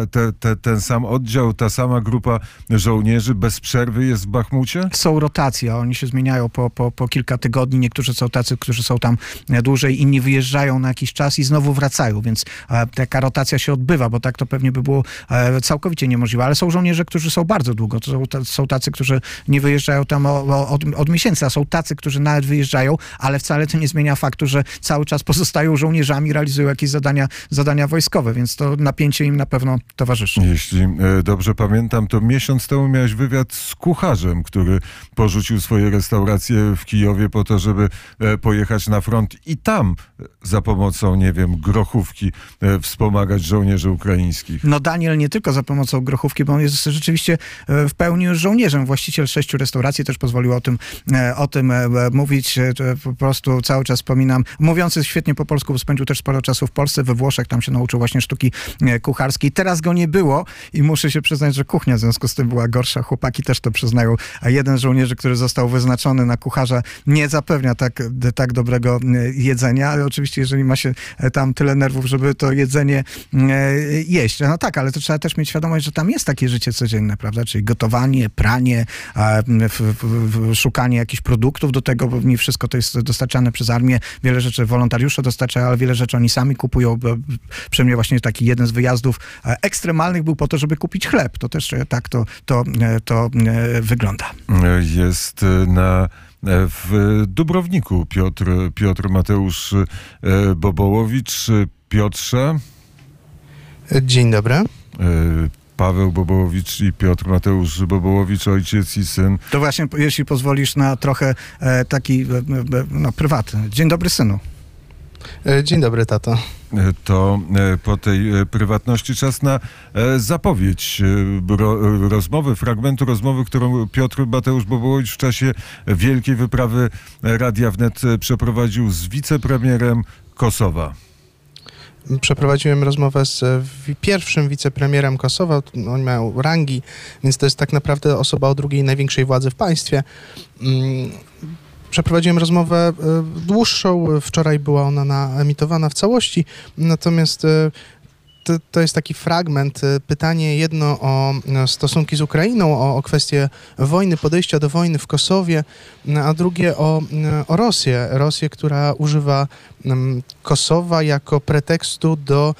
Speaker 2: ten sam oddział, ta sama grupa żołnierzy bez przerwy jest w Bachmucie?
Speaker 3: Są rotacje, oni się zmieniają po kilka tygodni. Niektórzy są tacy, którzy są tam dłużej, inni wyjeżdżają na jakiś czas i znowu wracają, więc taka rotacja się odbywa, bo tak to pewnie by było całkowicie niemożliwe. Ale są żołnierze, którzy są bardzo długo. To są tacy, którzy nie wyjeżdżają tam od miesięcy, a są tacy, którzy nawet wyjeżdżają, ale wcale to nie zmienia faktu, że cały czas pozostają żołnierzami, realizują jakieś zadania wojskowe, więc to napięcie im na pewno towarzyszy.
Speaker 2: Jeśli dobrze pamiętam, to miesiąc temu miałeś wywiad z kucharzem, który porzucił swoje restauracje w Kijowie po to, żeby pojechać na front i tam za pomocą, nie wiem, grochówki wspomagać żołnierzy ukraińskich.
Speaker 3: No Daniel nie tylko za pomocą grochówki, bo on jest rzeczywiście w pełni już żołnierzem. Właściciel 6 restauracji też pozwolił o tym mówić. Po prostu cały czas wspominam. Mówiący świetnie po polsku, bo spędził też sporo czasu w Polsce, we Włoszech, tam się nauczył właśnie sztuki kucharskiej. Teraz go nie było i muszę się przyznać, że kuchnia w związku z tym była gorsza. Chłopaki też to przyznają. A jeden z żołnierzy, który został wyznaczony na kucharza, nie zapewnia tak dobrego jedzenia, ale oczywiście jeżeli ma się tam tyle nerwów, żeby to jedzenie jeść. No tak, ale to trzeba też mieć świadomość, że tam jest takie życie codzienne, prawda? Czyli gotowanie, pranie, szukanie jakichś produktów do tego, bo nie wszystko to jest dostarczane przez armię. Wiele rzeczy wolontariusze dostarczają, ale wiele rzeczy oni sami kupują. Przy mnie właśnie taki jeden z wyjazdów ekstremalnych był po to, żeby kupić chleb. To też tak to wygląda.
Speaker 2: Jest w Dubrowniku Piotr Mateusz Bobołowicz. Piotrze.
Speaker 10: Dzień dobry.
Speaker 2: Paweł Bobołowicz i Piotr Mateusz Bobołowicz, ojciec i syn.
Speaker 3: To właśnie, jeśli pozwolisz, na trochę taki prywatny. Dzień dobry, synu.
Speaker 10: Dzień dobry, tato.
Speaker 2: To po tej prywatności czas na zapowiedź rozmowy, fragmentu rozmowy, którą Piotr Mateusz Bobołowicz w czasie wielkiej wyprawy Radia Wnet przeprowadził z wicepremierem Kosowa.
Speaker 10: Przeprowadziłem rozmowę z pierwszym wicepremierem Kosowa. Oni mają rangi, więc to jest tak naprawdę osoba o drugiej największej władzy w państwie. Przeprowadziłem rozmowę dłuższą. Wczoraj była ona emitowana w całości, natomiast to jest taki fragment. Pytanie jedno o stosunki z Ukrainą, o kwestię wojny, podejścia do wojny w Kosowie, a drugie o Rosję. Rosję, która używa Kosowa jako pretekstu do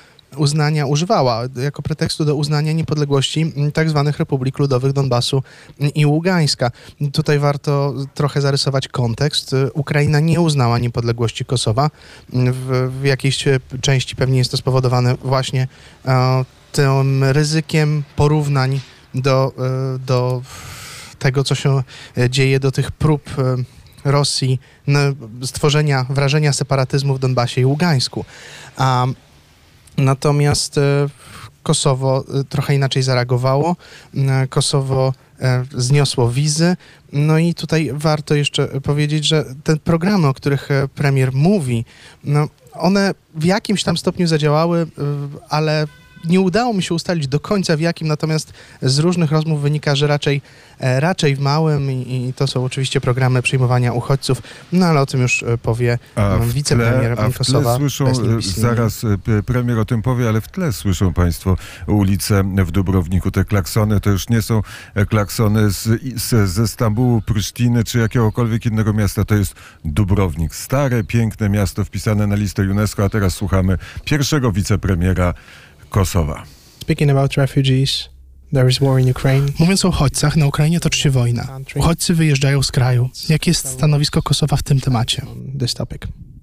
Speaker 10: uznania niepodległości tak zwanych Republik Ludowych Donbasu i Ługańska. Tutaj warto trochę zarysować kontekst. Ukraina nie uznała niepodległości Kosowa. W jakiejś części pewnie jest to spowodowane właśnie tym ryzykiem porównań do tego, co się dzieje, do tych prób Rosji stworzenia wrażenia separatyzmu w Donbasie i Ługańsku. Natomiast Kosowo trochę inaczej zareagowało. Kosowo zniosło wizy. No i tutaj warto jeszcze powiedzieć, że te programy, o których premier mówi, one w jakimś tam stopniu zadziałały, ale Nie udało mi się ustalić do końca w jakim, natomiast z różnych rozmów wynika, że raczej w małym i to są oczywiście programy przyjmowania uchodźców, no ale o tym już powie wicepremier Kosowa.
Speaker 2: Słyszą, zaraz premier o tym powie, ale w tle słyszą państwo ulice w Dubrowniku. Te klaksony to już nie są klaksony ze Stambułu, Prysztiny czy jakiegokolwiek innego miasta. To jest Dubrownik. Stare, piękne miasto wpisane na listę UNESCO, a teraz słuchamy pierwszego wicepremiera Kosowa.
Speaker 11: Speaking about refugees, there is war in Ukraine.
Speaker 12: Mówiąc o uchodźcach, na Ukrainie toczy się wojna. Uchodźcy wyjeżdżają z kraju. Jakie jest stanowisko Kosowa w tym temacie?
Speaker 11: This topic.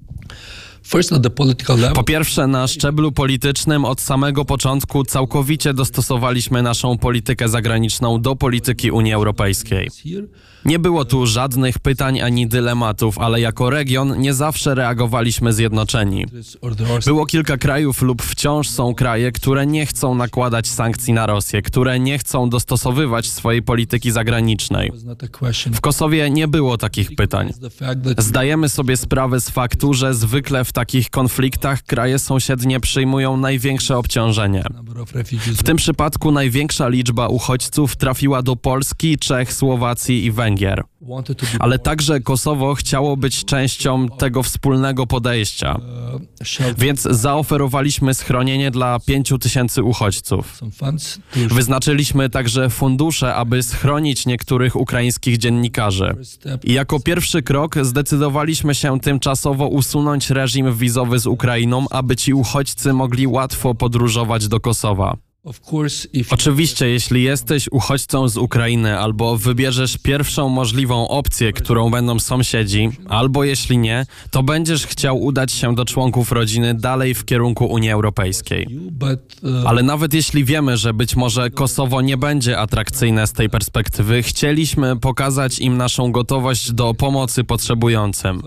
Speaker 13: Po pierwsze, na szczeblu politycznym od samego początku całkowicie dostosowaliśmy naszą politykę zagraniczną do polityki Unii Europejskiej. Nie było tu żadnych pytań ani dylematów, ale jako region nie zawsze reagowaliśmy zjednoczeni. Było kilka krajów lub wciąż są kraje, które nie chcą nakładać sankcji na Rosję, które nie chcą dostosowywać swojej polityki zagranicznej. W Kosowie nie było takich pytań. Zdajemy sobie sprawę z faktu, że zwykle w takich konfliktach kraje sąsiednie przyjmują największe obciążenie. W tym przypadku największa liczba uchodźców trafiła do Polski, Czech, Słowacji i Węgier. Ale także Kosowo chciało być częścią tego wspólnego podejścia. Więc zaoferowaliśmy schronienie dla 5000 uchodźców. Wyznaczyliśmy także fundusze, aby schronić niektórych ukraińskich dziennikarzy. I jako pierwszy krok zdecydowaliśmy się tymczasowo usunąć reżim wizowy z Ukrainą, aby ci uchodźcy mogli łatwo podróżować do Kosowa. Oczywiście, jeśli jesteś uchodźcą z Ukrainy albo wybierzesz pierwszą możliwą opcję, którą będą sąsiedzi, albo jeśli nie, to będziesz chciał udać się do członków rodziny dalej w kierunku Unii Europejskiej. Ale nawet jeśli wiemy, że być może Kosowo nie będzie atrakcyjne z tej perspektywy, chcieliśmy pokazać im naszą gotowość do pomocy potrzebującym.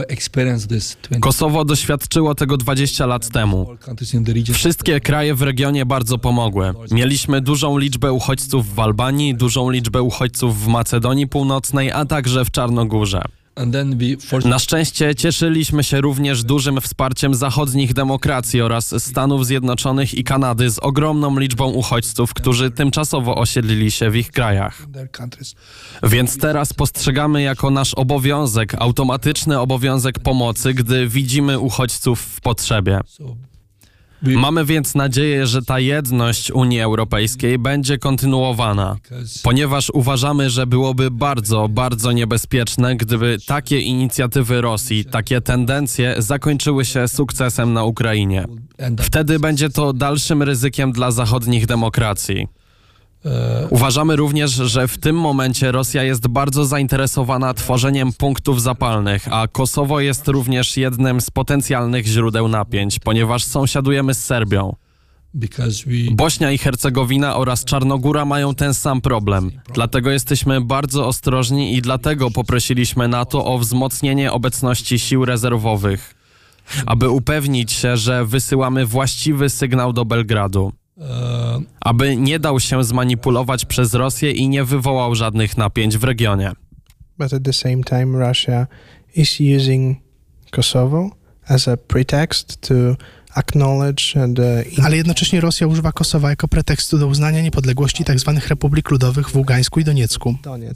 Speaker 13: Kosowo doświadczyło tego 20 lat temu. Wszystkie kraje w regionie bardzo pomogły. Mieliśmy dużą liczbę uchodźców w Albanii, dużą liczbę uchodźców w Macedonii Północnej, a także w Czarnogórze. Na szczęście cieszyliśmy się również dużym wsparciem zachodnich demokracji oraz Stanów Zjednoczonych i Kanady z ogromną liczbą uchodźców, którzy tymczasowo osiedlili się w ich krajach. Więc teraz postrzegamy jako nasz obowiązek, automatyczny obowiązek pomocy, gdy widzimy uchodźców w potrzebie. Mamy więc nadzieję, że ta jedność Unii Europejskiej będzie kontynuowana, ponieważ uważamy, że byłoby bardzo, bardzo niebezpieczne, gdyby takie inicjatywy Rosji, takie tendencje zakończyły się sukcesem na Ukrainie. Wtedy będzie to dalszym ryzykiem dla zachodnich demokracji. Uważamy również, że w tym momencie Rosja jest bardzo zainteresowana tworzeniem punktów zapalnych, a Kosowo jest również jednym z potencjalnych źródeł napięć, ponieważ sąsiadujemy z Serbią. Bośnia i Hercegowina oraz Czarnogóra mają ten sam problem. Dlatego jesteśmy bardzo ostrożni i dlatego poprosiliśmy NATO o wzmocnienie obecności sił rezerwowych, aby upewnić się, że wysyłamy właściwy sygnał do Belgradu. Aby nie dał się zmanipulować przez Rosję i nie wywołał żadnych napięć w regionie.
Speaker 11: But at the same time Russia is using Kosovo as a pretext to acknowledge
Speaker 12: Ale jednocześnie Rosja używa Kosowa jako pretekstu do uznania niepodległości tzw. republik ludowych w Ługańsku i Doniecku.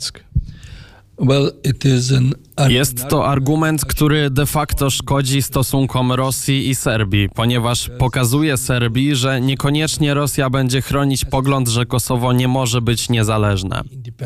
Speaker 13: Jest to argument, który de facto szkodzi stosunkom Rosji i Serbii, ponieważ pokazuje Serbii, że niekoniecznie Rosja będzie chronić pogląd, że Kosowo nie może być niezależne.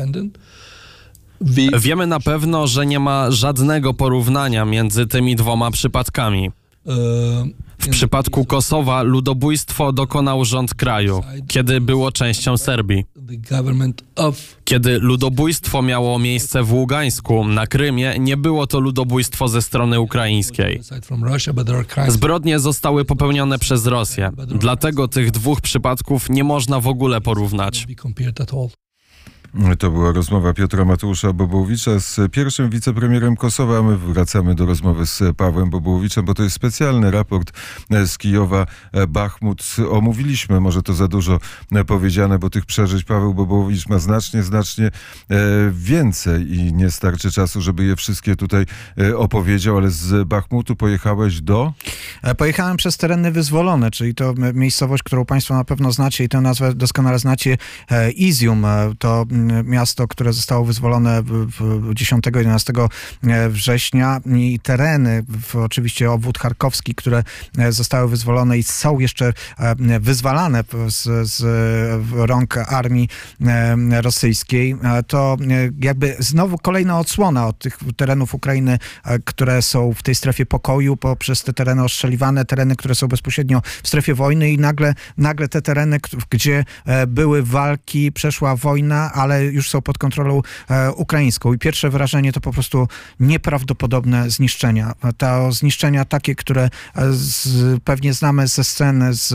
Speaker 13: Wiemy na pewno, że nie ma żadnego porównania między tymi dwoma przypadkami. W przypadku Kosowa ludobójstwo dokonał rząd kraju, kiedy było częścią Serbii. Kiedy ludobójstwo miało miejsce w Ługańsku, na Krymie, nie było to ludobójstwo ze strony ukraińskiej. Zbrodnie zostały popełnione przez Rosję. Dlatego tych dwóch przypadków nie można w ogóle porównać.
Speaker 2: To była rozmowa Piotra Mateusza Bobołowicza z pierwszym wicepremierem Kosowa. My wracamy do rozmowy z Pawłem Bobołowiczem, bo to jest specjalny raport z Kijowa, Bachmut. Omówiliśmy, może to za dużo powiedziane, bo tych przeżyć Paweł Bobołowicz ma znacznie więcej i nie starczy czasu, żeby je wszystkie tutaj opowiedział, ale z Bachmutu pojechałeś do?
Speaker 3: Pojechałem przez tereny wyzwolone, czyli to miejscowość, którą państwo na pewno znacie i tę nazwę doskonale znacie, Izium. To miasto, które zostało wyzwolone 10-11 września i tereny, oczywiście obwód charkowski, które zostały wyzwolone i są jeszcze wyzwalane z rąk armii rosyjskiej, to jakby znowu kolejna odsłona od tych terenów Ukrainy, które są w tej strefie pokoju, poprzez te tereny ostrzeliwane, tereny, które są bezpośrednio w strefie wojny i nagle te tereny, gdzie były walki, przeszła wojna, ale już są pod kontrolą ukraińską. I pierwsze wrażenie to po prostu nieprawdopodobne zniszczenia. To zniszczenia takie, które pewnie znamy ze scen z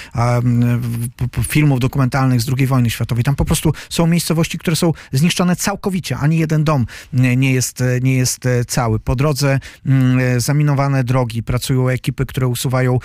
Speaker 3: filmów dokumentalnych z II wojny światowej. Tam po prostu są miejscowości, które są zniszczone całkowicie. Ani jeden dom nie jest cały. Po drodze zaminowane drogi. Pracują ekipy, które usuwają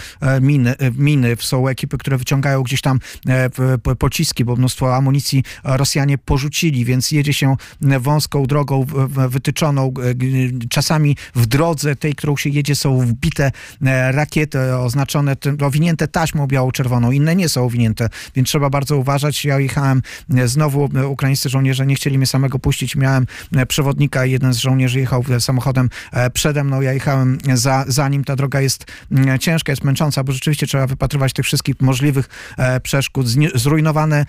Speaker 3: miny. Są ekipy, które wyciągają gdzieś tam pociski, bo mnóstwo amunicji Rosjanie porzucili, więc jedzie się wąską drogą wytyczoną. Czasami w drodze tej, którą się jedzie, są wbite rakiety oznaczone, owinięte taśmą biało-czerwoną. Inne nie są owinięte, więc trzeba bardzo uważać. Ja jechałem znowu, ukraińscy żołnierze nie chcieli mnie samego puścić. Miałem przewodnika i jeden z żołnierzy jechał samochodem przede mną. Ja jechałem za nim. Ta droga jest ciężka, jest męcząca, bo rzeczywiście trzeba wypatrywać tych wszystkich możliwych przeszkód, zrujnowane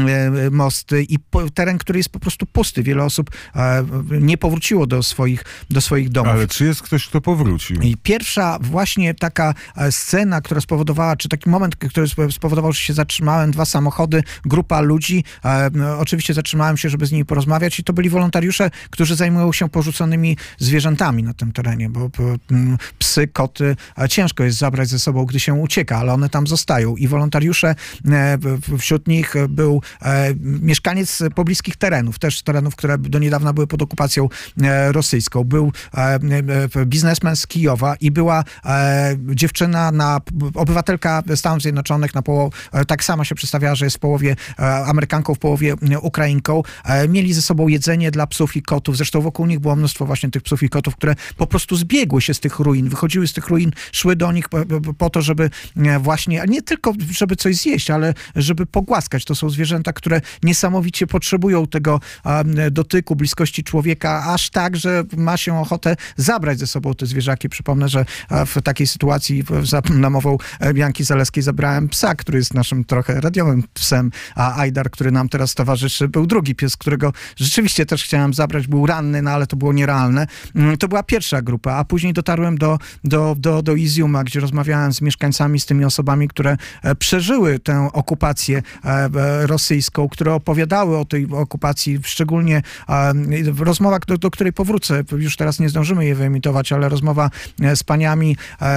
Speaker 3: mosty i teren, który jest po prostu pusty. Wiele osób nie powróciło do swoich domów.
Speaker 2: Ale czy jest ktoś, kto powrócił?
Speaker 3: I pierwsza właśnie taka scena, która spowodowała, czy taki moment, który spowodował, że się zatrzymałem, 2 samochody, grupa ludzi. Oczywiście zatrzymałem się, żeby z nimi porozmawiać i to byli wolontariusze, którzy zajmują się porzuconymi zwierzętami na tym terenie, bo psy, koty ciężko jest zabrać ze sobą, gdy się ucieka, ale one tam zostają. I wolontariusze, wśród nich był mieszkaniec pobliskich terenów, też terenów, które do niedawna były pod okupacją rosyjską. Był biznesmen z Kijowa i była dziewczyna, obywatelka Stanów Zjednoczonych, tak sama się przedstawiała, że jest w połowie Amerykanką, w połowie Ukrainką. Mieli ze sobą jedzenie dla psów i kotów. Zresztą wokół nich było mnóstwo właśnie tych psów i kotów, które po prostu zbiegły się z tych ruin, wychodziły z tych ruin, szły do nich po to, żeby właśnie, nie tylko żeby coś zjeść, ale żeby pogłaskać. To są zwierzęta, które niesamowicie potrzebują tego dotyku, bliskości człowieka, aż tak, że ma się ochotę zabrać ze sobą te zwierzaki. Przypomnę, że w takiej sytuacji za namową Bianki Zaleskiej zabrałem psa, który jest naszym trochę radiowym psem, a Ajdar, który nam teraz towarzyszy, był drugi pies, którego rzeczywiście też chciałem zabrać, był ranny, no ale to było nierealne. To była pierwsza grupa, a później dotarłem do Iziuma, gdzie rozmawiałem z mieszkańcami, z tymi osobami, które przeżyły tę okupację rosyjską, które opowiadały o tej okupacji, szczególnie rozmowa, do której powrócę, już teraz nie zdążymy jej wyemitować, ale rozmowa z paniami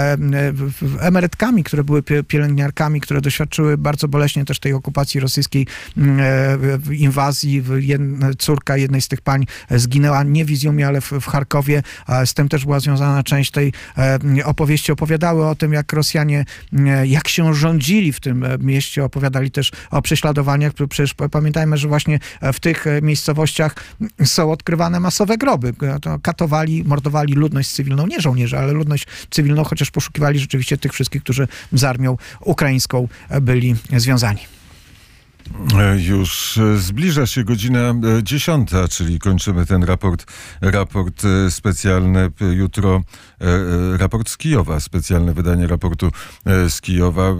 Speaker 3: emerytkami, które były pielęgniarkami, które doświadczyły bardzo boleśnie też tej okupacji rosyjskiej, inwazji. Córka jednej z tych pań zginęła nie w Iziumie, ale w Charkowie. Z tym też była związana część tej opowieści. Opowiadały o tym, jak Rosjanie, jak się rządzili w tym mieście. Opowiadali też o prześladowaniach. Przecież pamiętajmy, że właśnie w tych miejscowościach są odkrywane masowe groby. Katowali, mordowali ludność cywilną, nie żołnierze, ale ludność cywilną, chociaż poszukiwali rzeczywiście tych wszystkich, którzy z armią ukraińską byli związani.
Speaker 2: Już zbliża się godzina 10, czyli kończymy ten raport specjalny. Jutro raport z Kijowa, specjalne wydanie raportu z Kijowa.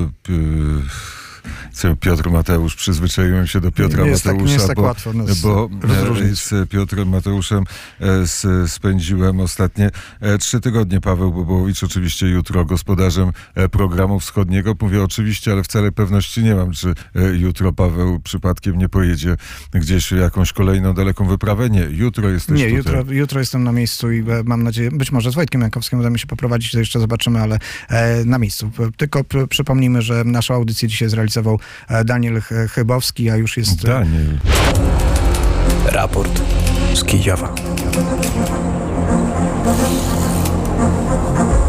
Speaker 2: Piotr Mateusz, przyzwyczaiłem się do Piotra Mateusza,
Speaker 3: nie jest tak łatwo
Speaker 2: bo z Piotrem Mateuszem spędziłem ostatnie 3 tygodnie. Paweł Bobołowicz oczywiście jutro gospodarzem programu wschodniego. Mówię oczywiście, ale wcale pewności nie mam, czy jutro Paweł przypadkiem nie pojedzie gdzieś jakąś kolejną daleką wyprawę. Nie, jutro jesteś tutaj.
Speaker 3: Jutro jestem na miejscu i mam nadzieję, być może z Wojtkiem Jankowskim uda mi się poprowadzić, to jeszcze zobaczymy, ale na miejscu. Tylko przypomnijmy, że naszą audycję dzisiaj zrealizował Daniel Chybowski, a już jest...
Speaker 2: Daniel.
Speaker 1: Raport z Kijowa.